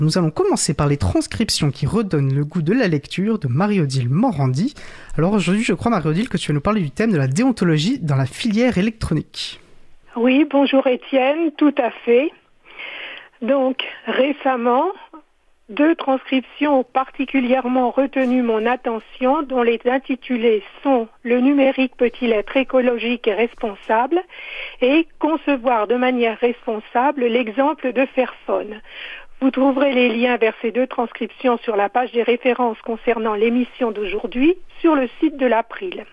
Nous allons commencer par les transcriptions qui redonnent le goût de la lecture de Marie-Odile Morandi. Alors aujourd'hui, je crois, Marie-Odile, que tu vas nous parler du thème de la déontologie dans la filière électronique. Oui, bonjour Étienne, tout à fait. Donc, récemment, 2 transcriptions ont particulièrement retenu mon attention, dont les intitulés sont « Le numérique peut-il être écologique et responsable ?» et « Concevoir de manière responsable l'exemple de Fairphone ». Vous trouverez les liens vers ces 2 transcriptions sur la page des références concernant l'émission d'aujourd'hui sur le site de l'April.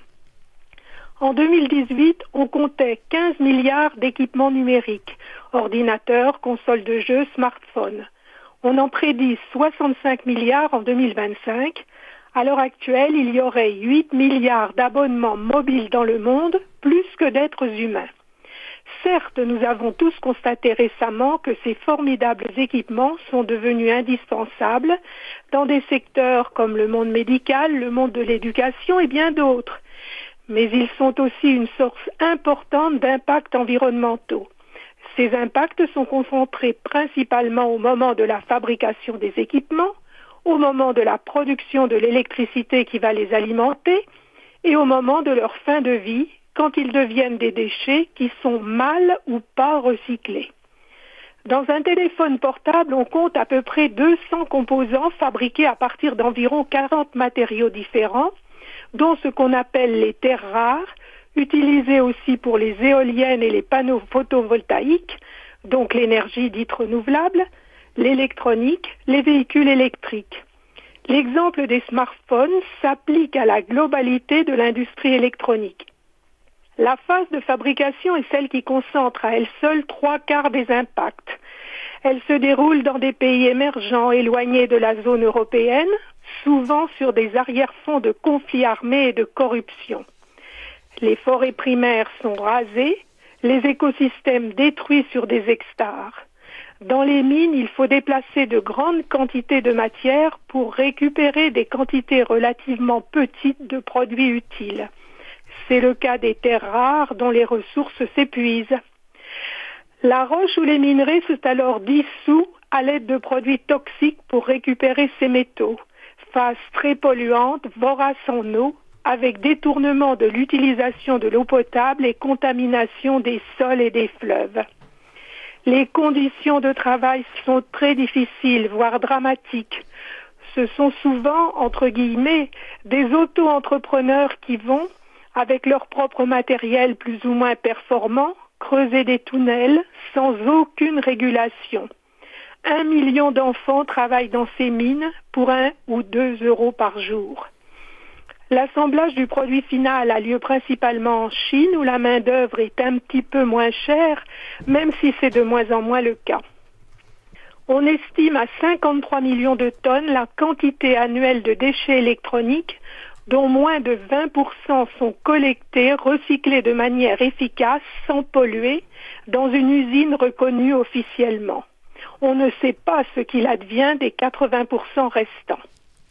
En 2018, on comptait 15 milliards d'équipements numériques, ordinateurs, consoles de jeux, smartphones. On en prédit 65 milliards en 2025. À l'heure actuelle, il y aurait 8 milliards d'abonnements mobiles dans le monde, plus que d'êtres humains. Certes, nous avons tous constaté récemment que ces formidables équipements sont devenus indispensables dans des secteurs comme le monde médical, le monde de l'éducation et bien d'autres. Mais ils sont aussi une source importante d'impacts environnementaux. Ces impacts sont concentrés principalement au moment de la fabrication des équipements, au moment de la production de l'électricité qui va les alimenter et au moment de leur fin de vie, quand ils deviennent des déchets qui sont mal ou pas recyclés. Dans un téléphone portable, on compte à peu près 200 composants fabriqués à partir d'environ 40 matériaux différents, dont ce qu'on appelle les terres rares, utilisées aussi pour les éoliennes et les panneaux photovoltaïques, donc l'énergie dite renouvelable, l'électronique, les véhicules électriques. L'exemple des smartphones s'applique à la globalité de l'industrie électronique. La phase de fabrication est celle qui concentre à elle seule 3/4 des impacts. Elle se déroule dans des pays émergents éloignés de la zone européenne, souvent sur des arrière-fonds de conflits armés et de corruption. Les forêts primaires sont rasées, les écosystèmes détruits sur des hectares. Dans les mines, il faut déplacer de grandes quantités de matière pour récupérer des quantités relativement petites de produits utiles. C'est le cas des terres rares dont les ressources s'épuisent. La roche ou les minerais sont alors dissous à l'aide de produits toxiques pour récupérer ces métaux. Phase très polluante, vorace en eau, avec détournement de l'utilisation de l'eau potable et contamination des sols et des fleuves. Les conditions de travail sont très difficiles, voire dramatiques. Ce sont souvent, entre guillemets, des auto-entrepreneurs qui vont, avec leur propre matériel plus ou moins performant, creuser des tunnels sans aucune régulation. 1 million d'enfants travaillent dans ces mines pour 1 ou 2 euros par jour. L'assemblage du produit final a lieu principalement en Chine où la main-d'œuvre est un petit peu moins chère, même si c'est de moins en moins le cas. On estime à 53 millions de tonnes la quantité annuelle de déchets électroniques, dont moins de 20% sont collectés, recyclés de manière efficace, sans polluer, dans une usine reconnue officiellement. On ne sait pas ce qu'il advient des 80% restants.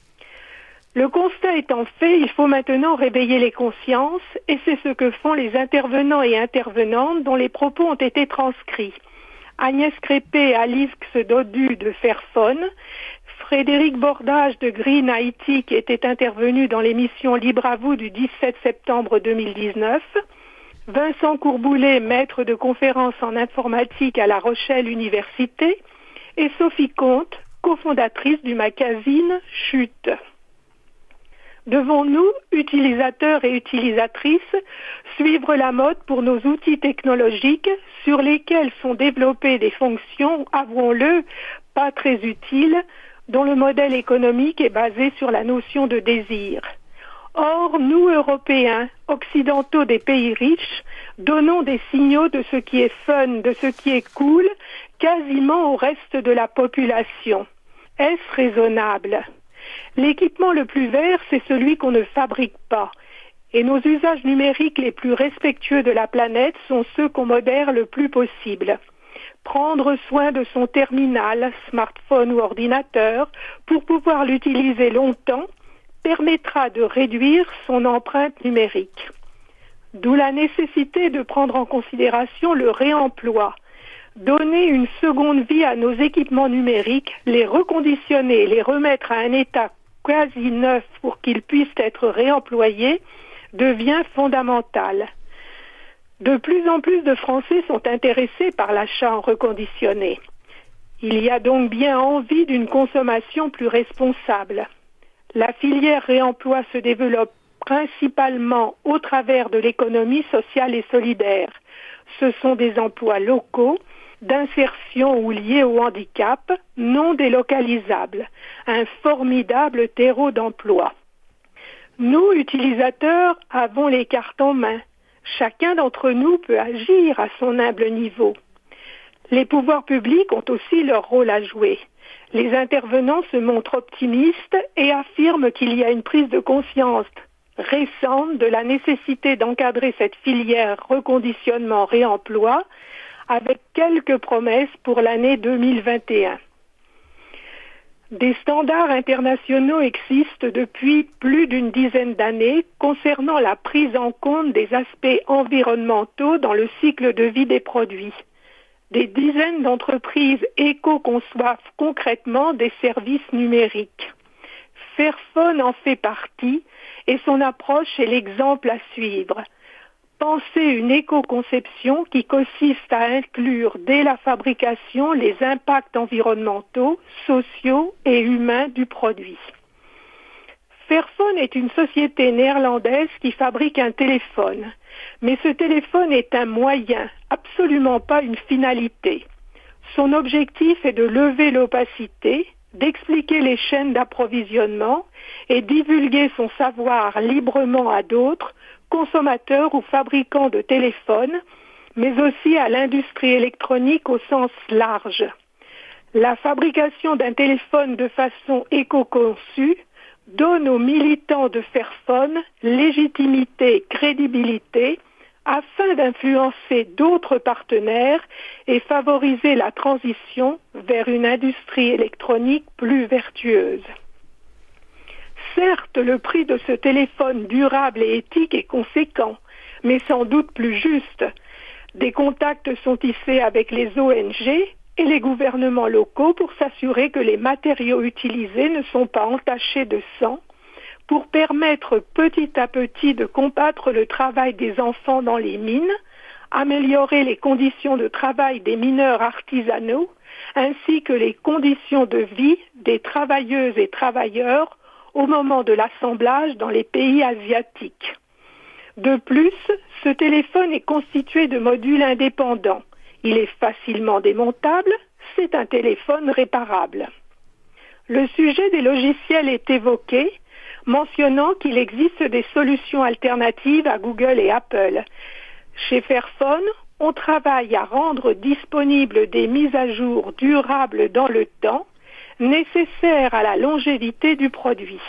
Le constat étant fait, il faut maintenant réveiller les consciences et c'est ce que font les intervenants et intervenantes dont les propos ont été transcrits. Agnès Crépé et Alix Dodu de Fairphone, Frédéric Bordage de Green IT qui était intervenu dans l'émission Libre à vous du 17 septembre 2019, Vincent Courboulet, maître de conférences en informatique à La Rochelle Université, et Sophie Comte, cofondatrice du magazine Chute. Devons-nous, utilisateurs et utilisatrices, suivre la mode pour nos outils technologiques sur lesquels sont développées des fonctions, avouons-le, pas très utiles, dont le modèle économique est basé sur la notion de désir? Or, nous, Européens, occidentaux des pays riches, donnons des signaux de ce qui est fun, de ce qui est cool, quasiment au reste de la population. Est-ce raisonnable? L'équipement le plus vert, c'est celui qu'on ne fabrique pas. Et nos usages numériques les plus respectueux de la planète sont ceux qu'on modère le plus possible. Prendre soin de son terminal, smartphone ou ordinateur, pour pouvoir l'utiliser longtemps, permettra de réduire son empreinte numérique. D'où la nécessité de prendre en considération le réemploi. donner une seconde vie à nos équipements numériques, les reconditionner, les remettre à un état quasi neuf pour qu'ils puissent être réemployés, devient fondamental. De plus en plus de Français sont intéressés par l'achat en reconditionné. Il y a donc bien envie d'une consommation plus responsable. La filière réemploi se développe principalement au travers de l'économie sociale et solidaire. Ce sont des emplois locaux, d'insertion ou liés au handicap, non délocalisables, un formidable terreau d'emploi. Nous, utilisateurs, avons les cartes en main. Chacun d'entre nous peut agir à son humble niveau. Les pouvoirs publics ont aussi leur rôle à jouer. Les intervenants se montrent optimistes et affirment qu'il y a une prise de conscience récente de la nécessité d'encadrer cette filière reconditionnement-réemploi avec quelques promesses pour l'année 2021. Des standards internationaux existent depuis plus d'une dizaine d'années concernant la prise en compte des aspects environnementaux dans le cycle de vie des produits. Des dizaines d'entreprises éco-conçoivent concrètement des services numériques. Fairphone en fait partie et son approche est l'exemple à suivre. Pensez une éco-conception qui consiste à inclure dès la fabrication les impacts environnementaux, sociaux et humains du produit. Fairphone est une société néerlandaise qui fabrique un téléphone. Mais ce téléphone est un moyen, absolument pas une finalité. Son objectif est de lever l'opacité, d'expliquer les chaînes d'approvisionnement et divulguer son savoir librement à d'autres, consommateurs ou fabricants de téléphones, mais aussi à l'industrie électronique au sens large. La fabrication d'un téléphone de façon éco-conçue donne aux militants de Fairphone légitimité et crédibilité afin d'influencer d'autres partenaires et favoriser la transition vers une industrie électronique plus vertueuse. Certes, le prix de ce téléphone durable et éthique est conséquent, mais sans doute plus juste. Des contacts sont tissés avec les ONG et les gouvernements locaux pour s'assurer que les matériaux utilisés ne sont pas entachés de sang, pour permettre petit à petit de combattre le travail des enfants dans les mines, améliorer les conditions de travail des mineurs artisanaux, ainsi que les conditions de vie des travailleuses et travailleurs au moment de l'assemblage dans les pays asiatiques. De plus, ce téléphone est constitué de modules indépendants. Il est facilement démontable, c'est un téléphone réparable. Le sujet des logiciels est évoqué, mentionnant qu'il existe des solutions alternatives à Google et Apple. Chez Fairphone, on travaille à rendre disponibles des mises à jour durables dans le temps, nécessaires à la longévité du produit.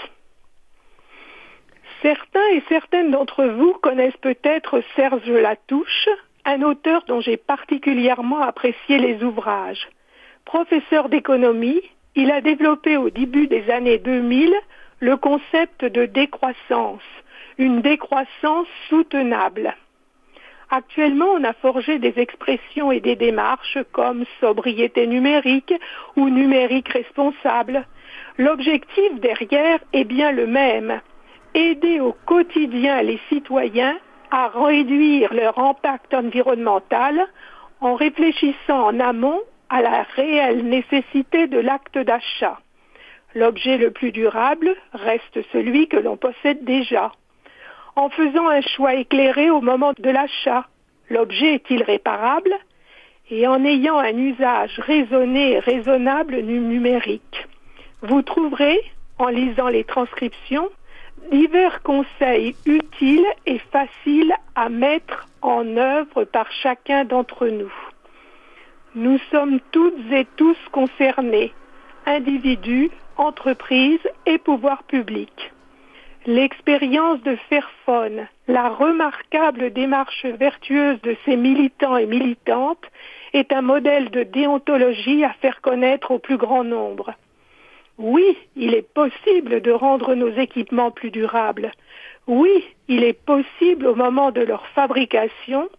Certains et certaines d'entre vous connaissent peut-être Serge Latouche, un auteur dont j'ai particulièrement apprécié les ouvrages. Professeur d'économie, il a développé au début des années 2000 le concept de décroissance, une décroissance soutenable. Actuellement, on a forgé des expressions et des démarches comme sobriété numérique ou numérique responsable. L'objectif derrière est bien le même, aider au quotidien les citoyens à réduire leur impact environnemental en réfléchissant en amont à la réelle nécessité de l'acte d'achat. L'objet le plus durable reste celui que l'on possède déjà. En faisant un choix éclairé au moment de l'achat, l'objet est-il réparable? Et en ayant un usage raisonné et raisonnable du numérique. Vous trouverez, en lisant les transcriptions, divers conseils utiles et faciles à mettre en œuvre par chacun d'entre nous. Nous sommes toutes et tous concernés, individus, entreprises et pouvoirs publics. L'expérience de Fairphone, la remarquable démarche vertueuse de ses militants et militantes est un modèle de déontologie à faire connaître au plus grand nombre. Oui, il est possible de rendre nos équipements plus durables. Oui, il est possible au moment de leur fabrication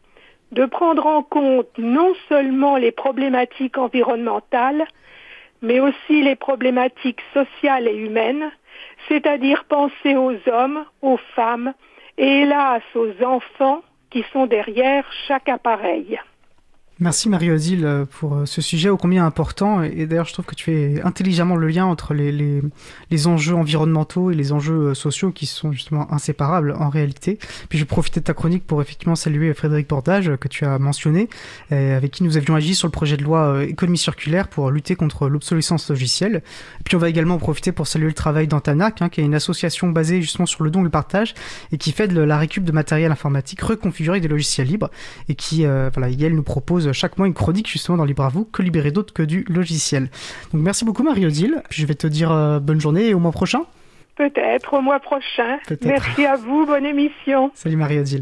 de prendre en compte non seulement les problématiques environnementales, mais aussi les problématiques sociales et humaines, c'est-à-dire penser aux hommes, aux femmes et hélas aux enfants qui sont derrière chaque appareil. Merci Marie-Odile pour ce sujet ô combien important et d'ailleurs je trouve que tu fais intelligemment le lien entre les enjeux environnementaux et les enjeux sociaux qui sont justement inséparables en réalité. Puis je vais profiter de ta chronique pour effectivement saluer Frédéric Bordage que tu as mentionné, avec qui nous avions agi sur le projet de loi économie circulaire pour lutter contre l'obsolescence logicielle. Et puis on va également en profiter pour saluer le travail d'Antanac, qui est une association basée justement sur le don et le partage et qui fait de la récup de matériel informatique reconfiguré avec des logiciels libres et qui elle nous propose chaque mois une chronique justement dans Libre à vous, que libérer d'autres que du logiciel. Donc merci beaucoup Marie-Odile, je vais te dire bonne journée et au mois prochain. Peut-être au mois prochain. Merci à vous, bonne émission. Salut Marie-Odile.